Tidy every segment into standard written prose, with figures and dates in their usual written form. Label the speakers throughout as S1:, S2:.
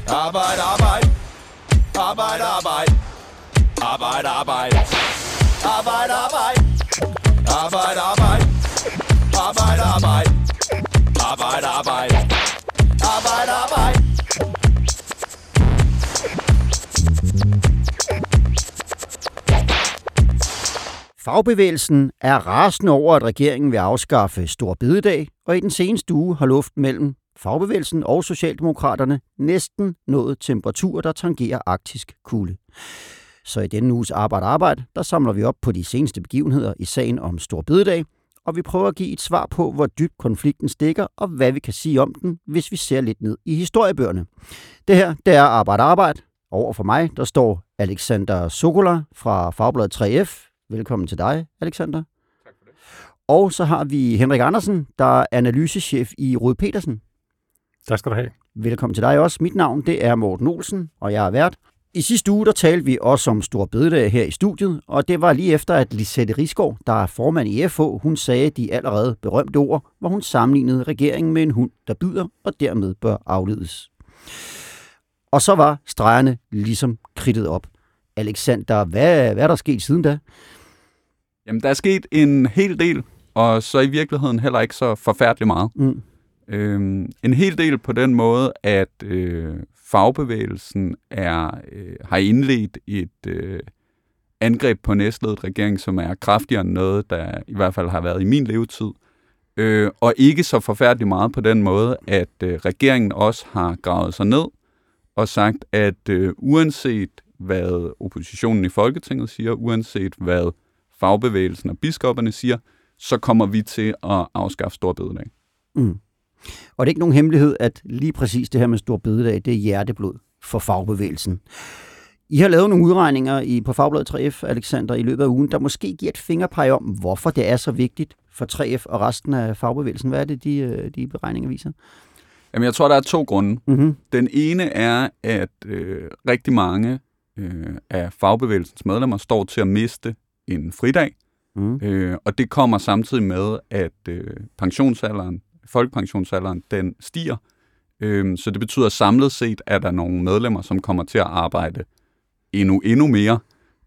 S1: Arbejde, arbejde. Arbejde, arbejde. Arbejde, arbejde. Arbejde, arbejde. Arbejde, arbejde. Arbejde, arbejde. Arbejde, arbejde. Arbejde, arbejde.
S2: Fagbevægelsen er rasende over, at regeringen vil afskaffe Store Bededag, og i den seneste uge har luften mellem fagbevægelsen og Socialdemokraterne næsten nået temperaturer, der tangerer arktisk kulde. Så i denne uges arbejde, der samler vi op på de seneste begivenheder i sagen om Store Bededag, og vi prøver at give et svar på, hvor dybt konflikten stikker, og hvad vi kan sige om den, hvis vi ser lidt ned i historiebøgerne. Det her, det er arbejde. Over for mig, der står Alexander Sokola fra Fagbladet 3F. Velkommen til dig, Alexander.
S3: Tak for det.
S2: Og så har vi Henrik Andersen, der er analysechef i Rode Petersen.
S3: Tak skal du have.
S2: Velkommen til dig også. Mit navn, det er Morten Olsen, og jeg er vært. I sidste uge, der talte vi også om Store Bededag her i studiet, og det var lige efter, at Lisette Risgaard, der er formand i FH, hun sagde de allerede berømte ord, hvor hun sammenlignede regeringen med en hund, der bider og dermed bør afledes. Og så var stregerne ligesom kridtet op. Alexander, hvad er der sket siden da?
S4: Jamen, der er sket en hel del, og så i virkeligheden heller ikke så forfærdeligt meget. En hel del på den måde, at fagbevægelsen har indledt et angreb på næstledet regering, som er kraftigere end noget, der i hvert fald har været i min levetid. Og ikke så forfærdeligt meget på den måde, at regeringen også har gravet sig ned og sagt, at uanset hvad oppositionen i Folketinget siger, uanset hvad fagbevægelsen og biskopperne siger, så kommer vi til at afskaffe Store Bededag.
S2: Og det er ikke nogen hemmelighed, at lige præcis det her med Store Bededag, det er hjerteblod for fagbevægelsen. I har lavet nogle udregninger på Fagbladet 3F, Alexander, i løbet af ugen, der måske giver et fingerpeg om, hvorfor det er så vigtigt for 3F og resten af fagbevægelsen. Hvad er det, de beregninger viser?
S4: Jamen, jeg tror, der er to grunde.
S2: Mm-hmm.
S4: Den ene er, at rigtig mange af fagbevægelsens medlemmer står til at miste en fridag, og det kommer samtidig med, at folkepensionsalderen, den stiger. Så det betyder samlet set, at der er nogle medlemmer, som kommer til at arbejde endnu mere.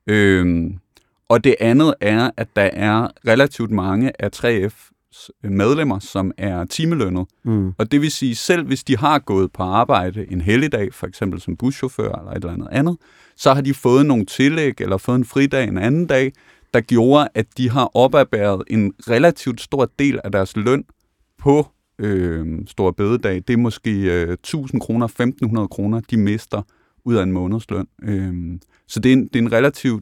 S4: Og det andet er, at der er relativt mange af 3F's medlemmer, som er timelønnet. Og det vil sige, selv hvis de har gået på arbejde en helligdag, for eksempel som buschauffør eller et eller andet, så har de fået nogle tillæg eller fået en fridag en anden dag, der gjorde, at de har oparbejdet en relativt stor del af deres løn på Store Bededag. Det er måske 1.000 kroner, 1.500 kroner, de mister ud af en månedsløn. Så det er en relativt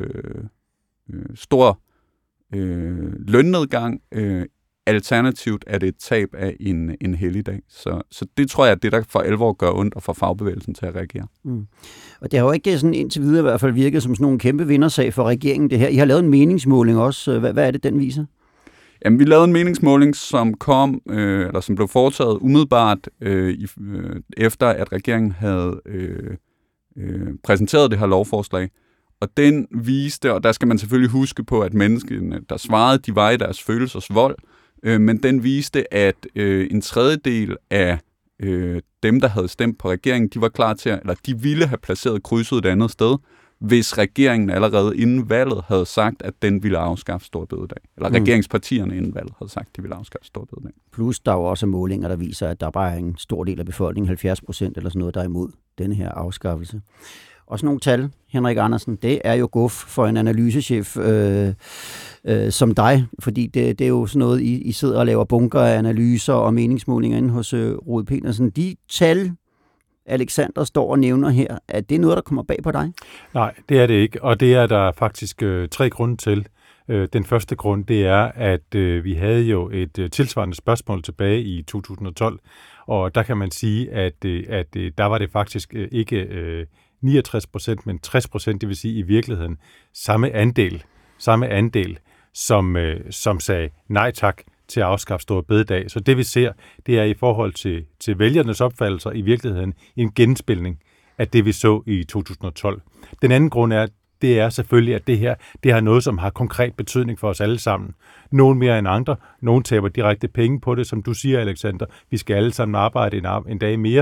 S4: stor lønnedgang. Alternativt er det et tab af en helligdag. Så det tror jeg er det, der for alvor gør ondt og får fagbevægelsen til at reagere.
S2: Og det har jo ikke sådan indtil videre i hvert fald virket som sådan nogle kæmpe vindersag for regeringen det her. I har lavet en meningsmåling også. Hvad er det, den viser?
S4: Jamen, vi lavede en meningsmåling, som som blev foretaget umiddelbart efter, at regeringen havde præsenteret det her lovforslag. Og den viste, og der skal man selvfølgelig huske på, at menneskene, der svarede, de var i deres følelsesvold, men den viste, at en tredjedel af dem, der havde stemt på regeringen, de var klar til, eller de ville have placeret krydset et andet sted, hvis regeringen allerede inden valget havde sagt, at den ville afskaffe Store Bededag. Eller regeringspartierne inden valget havde sagt, at de ville afskaffe Store Bededag.
S2: Plus der er jo også målinger, der viser, at der bare er en stor del af befolkningen, 70% eller sådan noget, der er imod denne her afskaffelse. Og sådan nogle tal, Henrik Andersen, det er jo guf for en analysechef som dig, fordi det er jo sådan noget, I sidder og laver bunker af analyser og meningsmålinger inde hos Rode Petersen. De tal, Alexander står og nævner her, er det noget, der kommer bag på dig?
S3: Nej, det er det ikke, og det er der faktisk 3 grunde til. Den første grund, det er, at vi havde jo et tilsvarende spørgsmål tilbage i 2012, og der kan man sige, at der var det faktisk ikke 69%, men 60%, det vil sige i virkeligheden samme andel, som sagde nej tak til at afskaffe Store Bededag. Så det vi ser, det er i forhold til vælgernes opfattelser i virkeligheden en genspilning af det, vi så i 2012. Den anden grund er, det er selvfølgelig, at det her det har noget, som har konkret betydning for os alle sammen. Nogle mere end andre. Nogle taber direkte penge på det, som du siger, Alexander. Vi skal alle sammen arbejde en dag mere.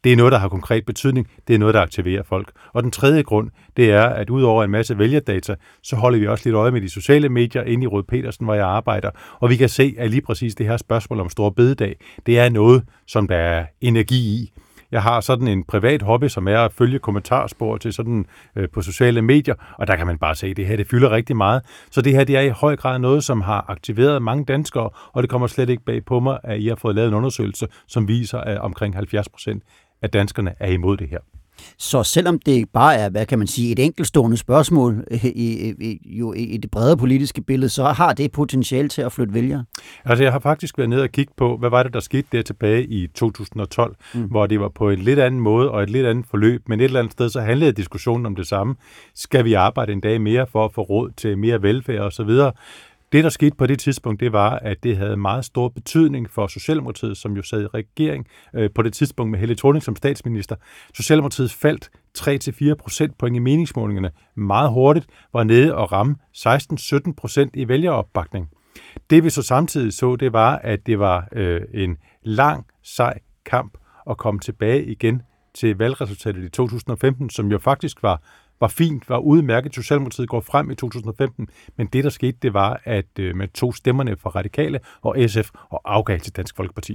S3: Det er noget, der har konkret betydning. Det er noget, der aktiverer folk. Og den tredje grund, det er, at udover en masse vælgerdata, så holder vi også lidt øje med de sociale medier inde i Røde Petersen, hvor jeg arbejder. Og vi kan se, at lige præcis det her spørgsmål om Store Bededag, det er noget, som der er energi i. Jeg har sådan en privat hobby, som er at følge kommentarspor til sådan på sociale medier, og der kan man bare se, at det her det fylder rigtig meget. Så det her det er i høj grad noget, som har aktiveret mange danskere, og det kommer slet ikke bag på mig, at I har fået lavet en undersøgelse, som viser, at omkring 70% af danskerne er imod det her.
S2: Så selvom det bare er, hvad kan man sige, et enkeltstående spørgsmål i det brede politiske billede, så har det potentiale til at flytte vælgere?
S3: Altså jeg har faktisk været nede og kigge på, hvad var det, der skete der tilbage i 2012, hvor det var på en lidt anden måde og et lidt andet forløb, men et eller andet sted så handlede diskussionen om det samme. Skal vi arbejde en dag mere for at få råd til mere velfærd osv.? Det, der skete på det tidspunkt, det var, at det havde meget stor betydning for Socialdemokratiet, som jo sad i regering på det tidspunkt med Helle Thorning som statsminister. Socialdemokratiet faldt 3-4 procentpoint i meningsmålingerne meget hurtigt, var nede og ramme 16-17% i vælgeropbakning. Det vi så samtidig så, det var, at det var en lang, sej kamp at komme tilbage igen til valgresultatet i 2015, som jo faktisk var fint, var udmærket. Socialdemokratiet går frem i 2015, men det, der skete, det var, at man tog stemmerne fra Radikale og SF og afgav til Dansk Folkeparti.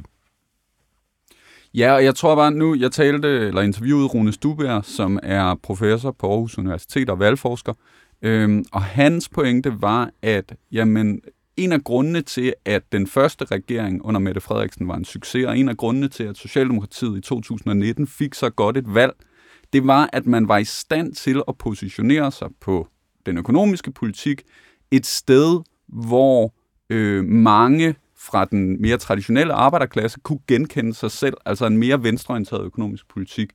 S4: Ja, og jeg tror bare nu, jeg interviewede Rune Stuberg, som er professor på Aarhus Universitet og valgforsker, og hans pointe var, at jamen, en af grundene til, at den første regering under Mette Frederiksen var en succes, og en af grundene til, at Socialdemokratiet i 2019 fik så godt et valg, det var, at man var i stand til at positionere sig på den økonomiske politik et sted, hvor mange fra den mere traditionelle arbejderklasse kunne genkende sig selv, altså en mere venstreorienteret økonomisk politik.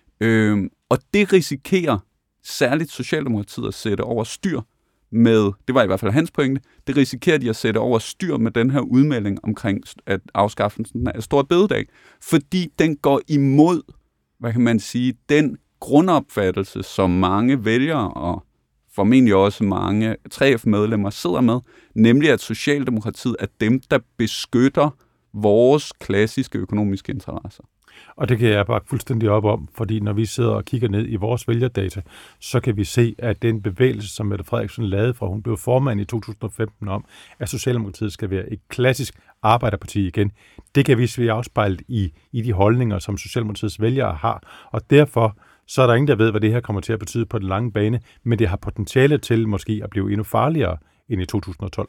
S4: Og det risikerer særligt Socialdemokratiet at sætte over styr med, det var i hvert fald hans pointe, det risikerer de at sætte over styr med den her udmelding omkring at afskaffelsen af Store Bededag, fordi den går imod, hvad kan man sige, den grundopfattelse, som mange vælgere og formentlig også mange 3F-medlemmer sidder med, nemlig at Socialdemokratiet er dem, der beskytter vores klassiske økonomiske interesser.
S3: Og det kan jeg bare fuldstændig op om, fordi når vi sidder og kigger ned i vores vælgerdata, så kan vi se, at den bevægelse, som Mette Frederiksen lavede fra hun blev formand i 2015 om, at Socialdemokratiet skal være et klassisk arbejderparti igen, det kan vi se afspejlet i de holdninger, som Socialdemokratiets vælgere har. Og derfor så er der ingen, der ved, hvad det her kommer til at betyde på den lange bane, men det har potentiale til måske at blive endnu farligere end i 2012.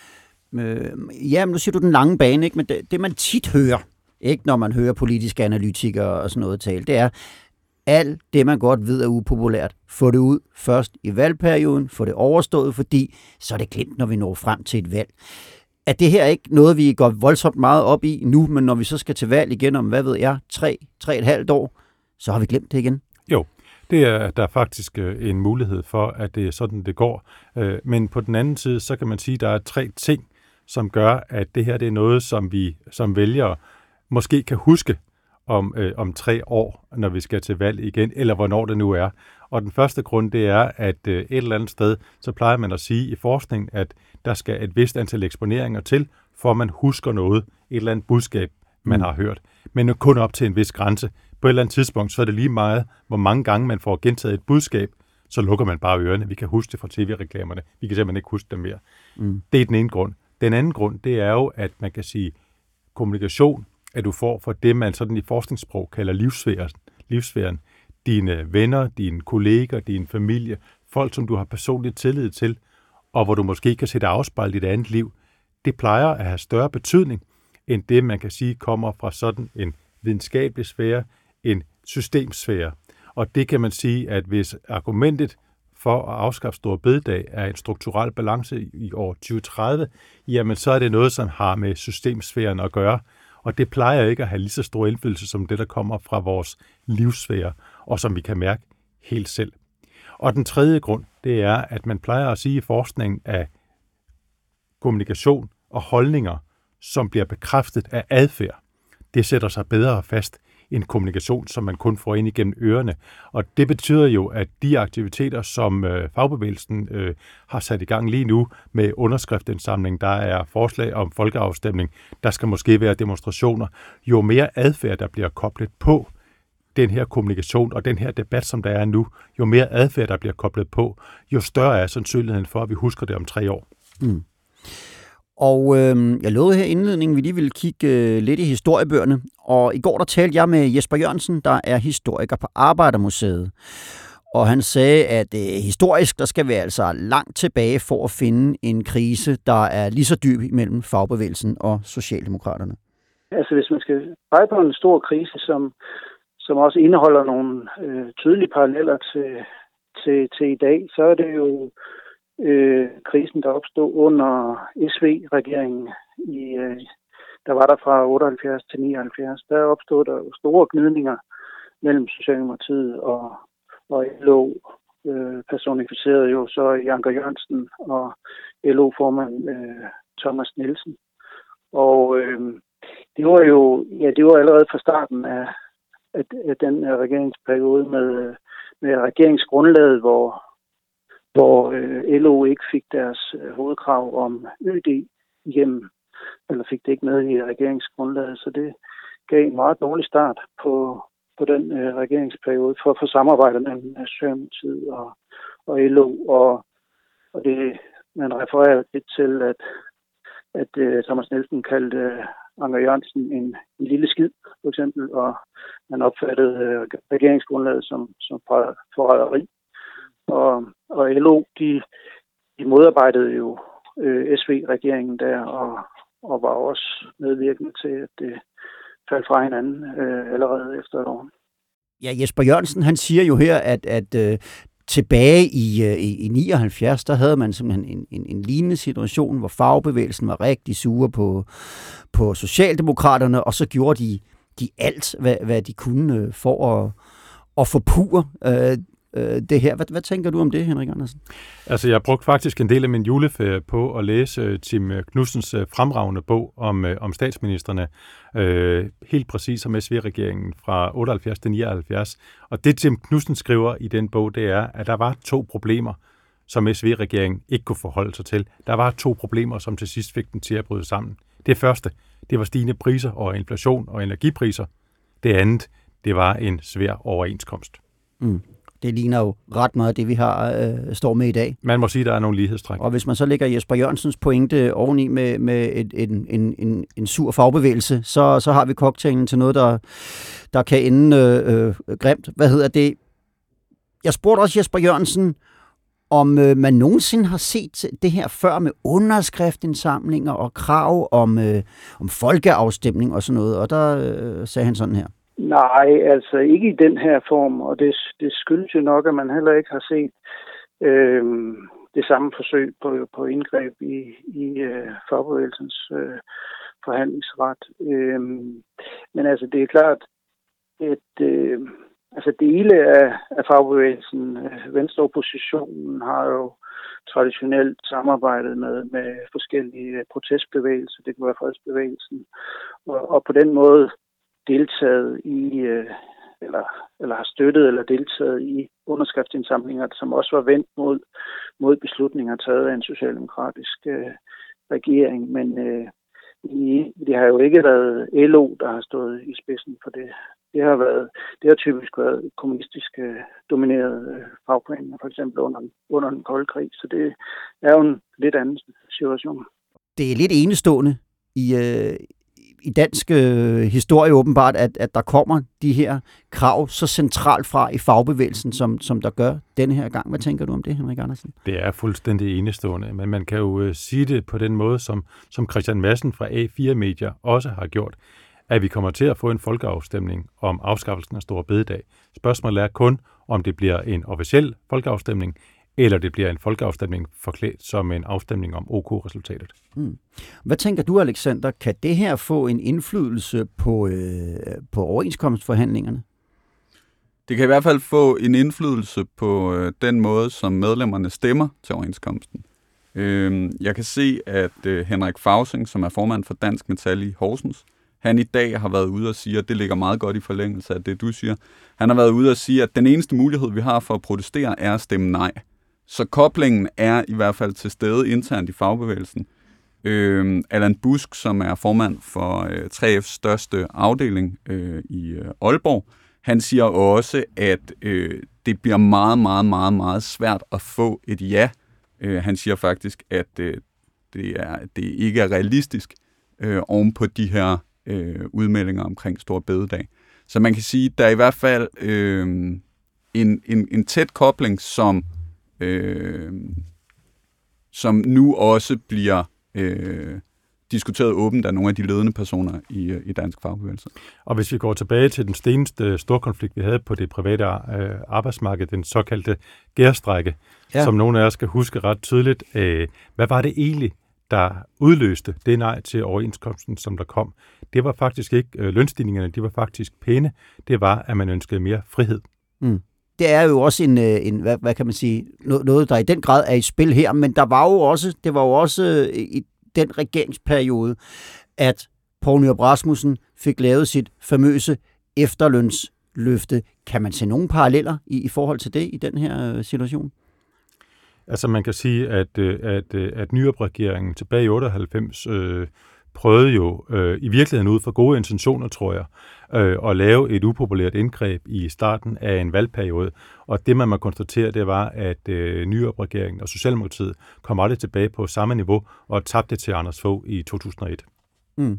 S2: Ja, men nu siger du den lange bane, ikke? Men det man tit hører, ikke, når man hører politiske analytikere og sådan noget tale, det er, alt det, man godt ved er upopulært, få det ud først i valgperioden, få det overstået, fordi så er det glemt, når vi når frem til et valg. Er det her ikke noget, vi går voldsomt meget op i nu, men når vi så skal til valg igen om, hvad ved jeg, 3,5 år, så har vi glemt det igen?
S3: Jo, det er der faktisk en mulighed for, at det er sådan, det går. Men på den anden side, så kan man sige, at der er 3 ting, som gør, at det her det er noget, som vi som vælgere måske kan huske om 3 år, når vi skal til valg igen, eller hvornår det nu er. Og den første grund, det er, at et eller andet sted, så plejer man at sige i forskning, at der skal et vist antal eksponeringer til, for man husker noget, et eller andet budskab, man har hørt. Men kun op til en vis grænse. På et eller andet tidspunkt, så er det lige meget, hvor mange gange man får gentaget et budskab, så lukker man bare ørerne. Vi kan huske det fra tv-reklamerne. Vi kan simpelthen ikke huske dem mere. Det er den ene grund. Den anden grund, det er jo, at man kan sige kommunikation, at du får for det, man sådan i forskningssprog kalder livsfæren. Dine venner, dine kolleger, din familie, folk, som du har personlig tillid til, og hvor du måske kan sætte afspejl i dit andet liv, det plejer at have større betydning, end det, man kan sige, kommer fra sådan en videnskabelig sfære, en systemsfære. Og det kan man sige, at hvis argumentet for at afskaffe Store Bededag er en strukturel balance i år 2030, jamen så er det noget, som har med systemsfæren at gøre. Og det plejer ikke at have lige så stor indflydelse som det, der kommer fra vores livssfære, og som vi kan mærke helt selv. Og den tredje grund, det er, at man plejer at sige i forskningen af kommunikation og holdninger, som bliver bekræftet af adfærd. Det sætter sig bedre fast end kommunikation, som man kun får ind igennem ørerne. Og det betyder jo, at de aktiviteter, som fagbevægelsen har sat i gang lige nu med underskriftindsamling, der er forslag om folkeafstemning, der skal måske være demonstrationer, jo mere adfærd, der bliver koblet på den her kommunikation og den her debat, som der er nu, jo mere adfærd, der bliver koblet på, jo større er sandsynligheden for, at vi husker det om 3 år.
S2: Mm. Og jeg lovede her i indledningen, vi lige ville kigge lidt i historiebøgerne. Og i går der talte jeg med Jesper Jørgensen, der er historiker på Arbejdermuseet. Og han sagde, at historisk, der skal vi altså langt tilbage for at finde en krise, der er lige så dyb mellem fagbevægelsen og Socialdemokraterne.
S5: Altså hvis man skal pege på en stor krise, som også indeholder nogle tydelige paralleller til i dag, så er det jo krisen, der opstod under SV-regeringen. Der var der fra 78 til 79. Der opstod der store gnidninger mellem Socialdemokratiet og LO, personificeret jo så Anker Jørgensen og LO-formand Thomas Nielsen. Og det var allerede fra starten af den regeringsperiode med regeringsgrundlaget, hvor LO ikke fik deres hovedkrav om YD igennem, eller fik det ikke med i regeringsgrundlaget, så det gav en meget dårlig start på den regeringsperiode for samarbejdet mellem Socialdemokratiet og LO, og det man refererer lidt til, at Thomas Nielsen kaldte Anker Jørgensen en lille skid, for eksempel, og man opfattede regeringsgrundlaget som forræderi. Og LO, de modarbejdede jo SV-regeringen der, og var også medvirkende til, at det faldt fra hinanden allerede efter et år.
S2: Ja, Jesper Jørgensen, han siger jo her, at tilbage i 79, der havde man simpelthen en lignende situation, hvor fagbevægelsen var rigtig sure på Socialdemokraterne, og så gjorde de alt, hvad de kunne for at forpurre det her. Hvad tænker du om det, Henrik Andersen?
S3: Altså, jeg brugte faktisk en del af min juleferie på at læse Tim Knudsens fremragende bog om statsministerne, helt præcis om SV-regeringen fra 78 til 79. Og det, Tim Knudsen skriver i den bog, det er, at der var 2 problemer, som SV-regeringen ikke kunne forholde sig til. Der var 2 problemer, som til sidst fik den til at bryde sammen. Det første, det var stigende priser og inflation og energipriser. Det andet, det var en svær overenskomst.
S2: Mm. Det ligner jo ret meget det, vi står med i dag.
S3: Man må sige, at der er nogle lighedstræk.
S2: Og hvis man så lægger Jesper Jørgensens pointe oveni med en sur fagbevægelse, så har vi cocktailen til noget, der kan ende grimt. Hvad hedder det? Jeg spurgte også Jesper Jørgensen, om man nogensinde har set det her før med underskriftsindsamlinger og krav om folkeafstemning og sådan noget. Og der sagde han sådan her.
S5: Nej, altså ikke i den her form, og det skyldes jo nok, at man heller ikke har set det samme forsøg på indgreb i fagbevægelsens forhandlingsret. Men altså det er klart, at dele af fagbevægelsen, venstreoppositionen, har jo traditionelt samarbejdet med forskellige protestbevægelser, det kan være fredsbevægelsen, og på den måde deltaget i, eller har støttet eller deltaget i underskriftsindsamlinger, som også var vendt mod beslutninger taget af en socialdemokratisk regering. Men det har jo ikke været LO, der har stået i spidsen for det. Det har typisk været kommunistisk dominerede fagforeninger, for eksempel under den kolde krig. Så det er jo en lidt anden situation.
S2: Det er lidt enestående i dansk historie åbenbart, at der kommer de her krav så centralt fra i fagbevægelsen, som der gør denne her gang. Hvad tænker du om det, Henrik Andersen?
S3: Det er fuldstændig enestående, men man kan jo sige det på den måde, som Christian Madsen fra A4-medier også har gjort, at vi kommer til at få en folkeafstemning om afskaffelsen af Store Bededag. Spørgsmålet er kun, om det bliver en officiel folkeafstemning, eller det bliver en folkeafstemning forklædt som en afstemning om OK-resultatet.
S2: Hvad tænker du, Alexander? Kan det her få en indflydelse på overenskomstforhandlingerne?
S4: Det kan i hvert fald få en indflydelse på den måde, som medlemmerne stemmer til overenskomsten. Jeg kan se, at Henrik Fausing, som er formand for Dansk Metal i Horsens, han i dag har været ude og sige, at det ligger meget godt i forlængelse af det, du siger. Han har været ude og sige, at den eneste mulighed, vi har for at protestere, er at stemme nej. Så koblingen er i hvert fald til stede internt i fagbevægelsen. Allan Busk, som er formand for 3F's største afdeling i Aalborg, Han siger også, at det bliver meget, meget, meget, meget svært at få et ja. Han siger faktisk, at det ikke er realistisk oven på de her udmeldinger omkring Store Bededag. Så man kan sige, at der er i hvert fald en tæt kobling, som nu også bliver diskuteret åbent af nogle af de ledende personer i dansk fagbevægelse.
S3: Og hvis vi går tilbage til den seneste storkonflikt, vi havde på det private arbejdsmarked, den såkaldte gærstrække, som nogle af os skal huske ret tydeligt, hvad var det egentlig, der udløste det nej til overenskomsten, som der kom? Det var faktisk ikke lønstigningerne, de var faktisk pæne. Det var, at man ønskede mere frihed.
S2: Mm. Det er jo også en hvad kan man sige, noget, der i den grad er i spil her, men det var jo også i den regeringsperiode, at Poul Nyrup Rasmussen fik lavet sit famøse efterlønsløfte. Kan man se nogle paralleller i forhold til det i den her situation?
S3: Altså man kan sige, at Nyrup-regeringen tilbage i 98 prøvede jo i virkeligheden ud fra gode intentioner, tror jeg, at lave et upopulært indgreb i starten af en valgperiode. Og det, man må konstatere, det var, at Nyrup-regeringen og Socialdemokratiet kom aldrig tilbage på samme niveau og tabte til Anders Fogh i 2001.
S2: Mm.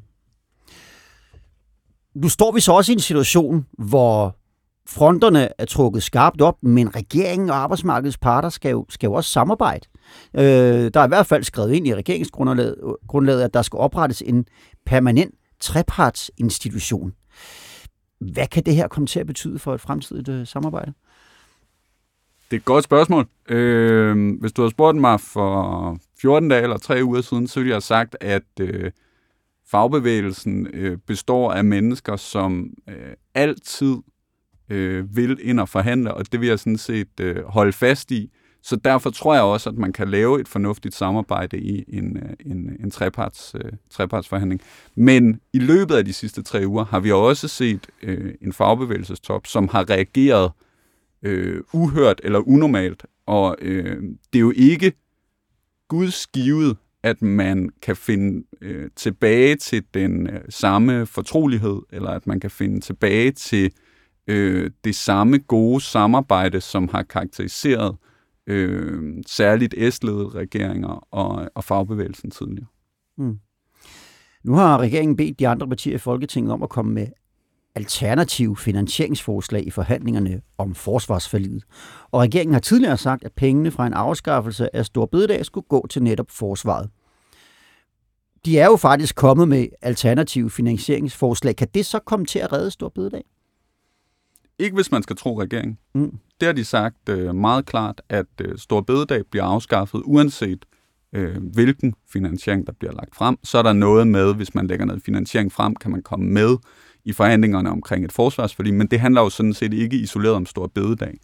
S2: Nu står vi så også i en situation, hvor fronterne er trukket skarpt op, men regeringen og arbejdsmarkedets parter skal jo også samarbejde. Der er i hvert fald skrevet ind i regeringsgrundlaget, at der skal oprettes en permanent trepartsinstitution. Hvad kan det her komme til at betyde for et fremtidigt samarbejde?
S4: Det er et godt spørgsmål. Hvis du havde spurgt mig for 14 dage eller 3 uger siden, så ville jeg have sagt, at fagbevægelsen består af mennesker, som altid vil ind og forhandle, og det vil jeg sådan set holde fast i. Så derfor tror jeg også, at man kan lave et fornuftigt samarbejde i en trepartsforhandling. Men i løbet af de sidste 3 uger har vi også set en fagbevægelsestop, som har reageret uhørt eller unormalt. Og det er jo ikke Guds givet, at man kan finde tilbage til den samme fortrolighed, eller at man kan finde tilbage til det samme gode samarbejde, som har karakteriseret særligt S-ledede regeringer og fagbevægelsen tidligere.
S2: Mm. Nu har regeringen bedt de andre partier i Folketinget om at komme med alternative finansieringsforslag i forhandlingerne om forsvarsforliget. Og regeringen har tidligere sagt, at pengene fra en afskaffelse af Store Bededag skulle gå til netop forsvaret. De er jo faktisk kommet med alternative finansieringsforslag. Kan det så komme til at redde Store Bededag?
S4: Ikke hvis man skal tro regeringen. Det har de sagt meget klart, at Store Bededag bliver afskaffet, uanset hvilken finansiering, der bliver lagt frem. Så er der noget med, hvis man lægger noget finansiering frem, kan man komme med i forhandlingerne omkring et forsvarsforlig, men det handler jo sådan set ikke isoleret om Store Bededag.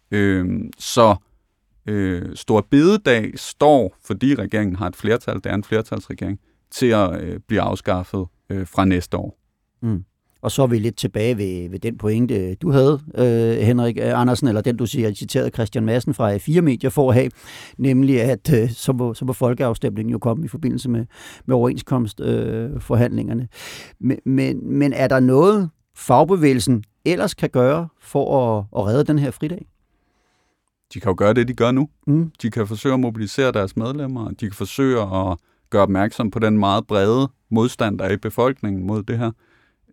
S4: Store Bededag står, fordi regeringen har et flertal, det er en flertalsregering, til at blive afskaffet fra næste år.
S2: Mm. Og så er vi lidt tilbage ved den pointe, du havde, Henrik Andersen, eller den, du citerede Christian Madsen fra A4 Medier for at have, nemlig at så må folkeafstemningen jo komme i forbindelse med overenskomstforhandlingerne. Men er der noget, fagbevægelsen ellers kan gøre for at redde den her fridag?
S4: De kan jo gøre det, de gør nu. De kan forsøge at mobilisere deres medlemmer, de kan forsøge at gøre opmærksom på den meget brede modstand, der er i befolkningen mod det her.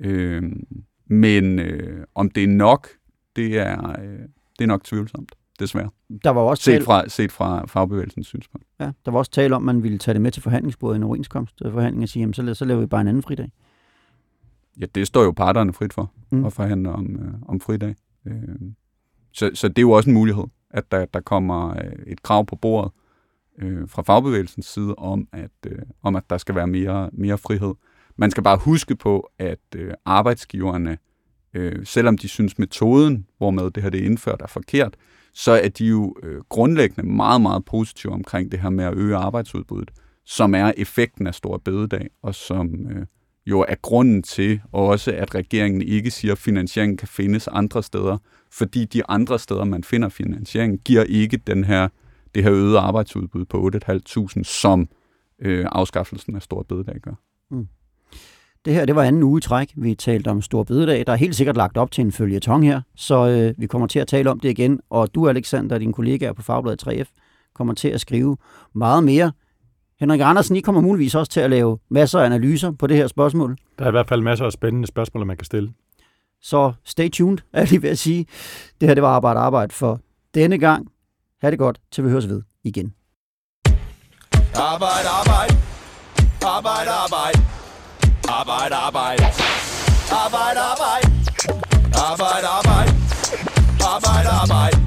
S4: Men om det er nok, det er nok tvivlsomt, desværre.
S2: Der var også
S4: set fra fagbevægelsens synspunkt.
S2: Ja, der var også tale om, at man ville tage det med til forhandlingsbordet i en overenskomstforhandling og sige, jamen, så laver vi bare en anden fridag.
S4: Ja, det står jo parterne frit for at forhandle om fridag. Så det er jo også en mulighed, at der kommer et krav på bordet fra fagbevægelsens side om, at der skal være mere frihed. Man skal bare huske på, at arbejdsgiverne, selvom de synes metoden, hvormed det her det er indført, er forkert, så er de jo grundlæggende meget, meget positive omkring det her med at øge arbejdsudbuddet, som er effekten af Store Bededag, og som jo er grunden til også, at regeringen ikke siger, at finansieringen kan findes andre steder, fordi de andre steder, man finder finansieringen, giver ikke det her øgede arbejdsudbud på 8.500, som afskaffelsen af Store Bededag gør.
S2: Det her, det var anden uge i træk. Vi talte om Store Bededag. Der er helt sikkert lagt op til en føljeton her, så vi kommer til at tale om det igen. Og du, Alexander, og dine kollegaer på Fagbladet 3F, kommer til at skrive meget mere. Henrik Andersen, I kommer muligvis også til at lave masser af analyser på det her spørgsmål.
S3: Der er i hvert fald masser af spændende spørgsmål, man kan stille.
S2: Så stay tuned, er jeg lige ved at sige. Det her, det var Arbejde for denne gang. Ha' det godt, til vi høres ved igen.
S1: Arbejde, arbejde. Arbejde, arbejde. Arbejde, arbejde. Arbejde, arbejde. Arbejde, arbejde. Arbejde, arbejde.